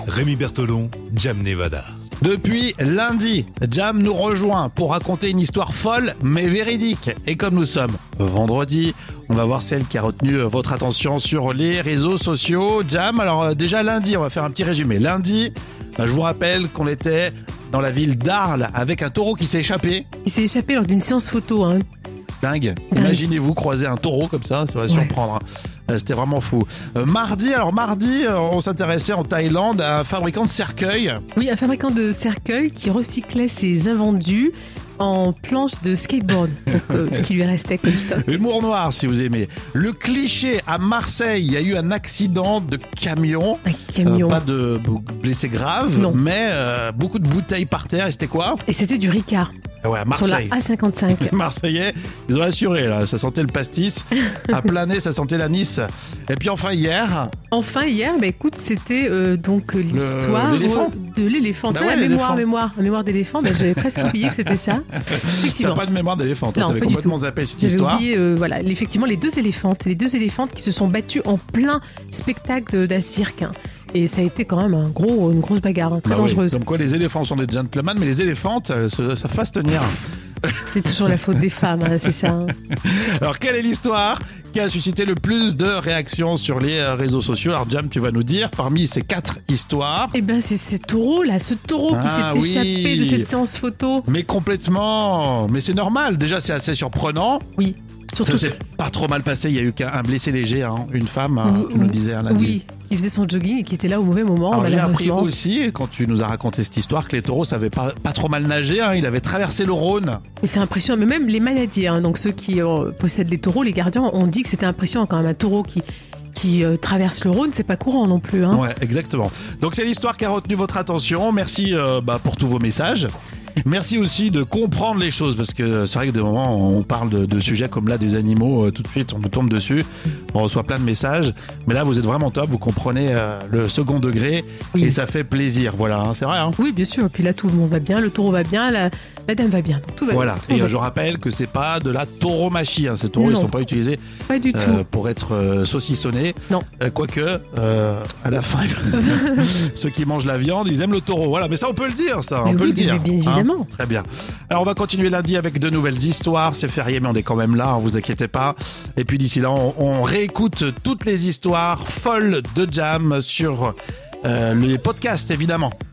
Rémi Bertolon, Jam Nevada. Depuis lundi, Jam nous rejoint pour raconter une histoire folle mais véridique. Et comme nous sommes vendredi, on va voir celle qui a retenu votre attention sur les réseaux sociaux. Jam, alors déjà lundi, on va faire un petit résumé. Lundi, je vous rappelle qu'on était dans la ville d'Arles avec un taureau qui s'est échappé. Il s'est échappé lors d'une séance photo. Dingue. Imaginez-vous croiser un taureau comme ça va surprendre. C'était vraiment fou. Mardi, on s'intéressait en Thaïlande à un fabricant de cercueils. Oui, un fabricant de cercueils qui recyclait ses invendus en planches de skateboard, donc ce qui lui restait comme stock. Humour noir, si vous aimez. Le cliché, à Marseille, il y a eu un accident de camion. Un camion. Pas de blessés graves, Non. mais beaucoup de bouteilles par terre. Et c'était quoi ? Et c'était du Ricard. Ouais, à Marseille. Sur la A55. Les Marseillais, ils ont assuré, là. Ça sentait le pastis. À Plané, ça sentait l'anis. Et puis enfin hier, Écoute, c'était donc l'histoire l'éléphant. de l'éléphant. Bah Tu vois, ouais, la mémoire d'éléphant. J'avais presque oublié que c'était ça. t'as Effectivement. pas de mémoire d'éléphant. Toi, Non, t'avais pas du complètement tout. zappé cette J'avais histoire. oublié, effectivement, les deux éléphantes qui se sont battues en plein spectacle d'un cirque. Et ça a été quand même une grosse bagarre, très Bah oui, dangereuse. comme quoi les éléphants sont des gentlemen, mais les éléphantes, ça savent pas se tenir. C'est toujours la faute des femmes, c'est ça. Alors, quelle est l'histoire qui a suscité le plus de réactions sur les réseaux sociaux ? Alors, Jam, tu vas nous dire, parmi ces 4 histoires... Eh ben, c'est ce taureau qui s'est échappé de cette séance photo. Mais complètement. Mais c'est normal. Déjà, c'est assez surprenant. Oui. Surtout Ça s'est pas trop mal passé. Il y a eu qu'un blessé léger, une femme, tu nous disais un lundi. Oui, qui faisait son jogging et qui était là au mauvais moment, Alors, j'ai appris malheureusement. aussi, quand tu nous as raconté cette histoire, que les taureaux savaient pas trop mal nager. Il avait traversé le Rhône. Et c'est impressionnant, mais même les manadiers, donc ceux qui possèdent les taureaux, les gardiens, ont dit que c'était impressionnant quand même. Un taureau qui traverse le Rhône, c'est pas courant non plus. Ouais, exactement. Donc c'est l'histoire qui a retenu votre attention. Merci pour tous vos messages. Merci aussi de comprendre les choses, parce que c'est vrai que des moments on parle de sujets comme là des animaux, tout de suite on nous tombe dessus, on reçoit plein de messages, mais là vous êtes vraiment top, vous comprenez le second degré. Oui. Et ça fait plaisir, voilà, c'est vrai. Oui, bien sûr. Et puis là, tout le monde va bien, le taureau va bien, la dame va bien. Donc tout va Voilà, bien. et je rappelle que c'est pas de la tauromachie, ces taureaux ils Non. sont pas utilisés Pas du tout. pour être saucissonnés. Non. Quoique, à la fin, ceux qui mangent la viande, ils aiment le taureau. Voilà, mais ça on peut le dire, ça, on Mais peut oui, le dire. bien évidemment. Très bien. Alors on va continuer lundi avec de nouvelles histoires. C'est férié, mais on est quand même là, vous inquiétez pas. Et puis d'ici là, on réécoute toutes les histoires folles de Jam sur les podcasts, évidemment.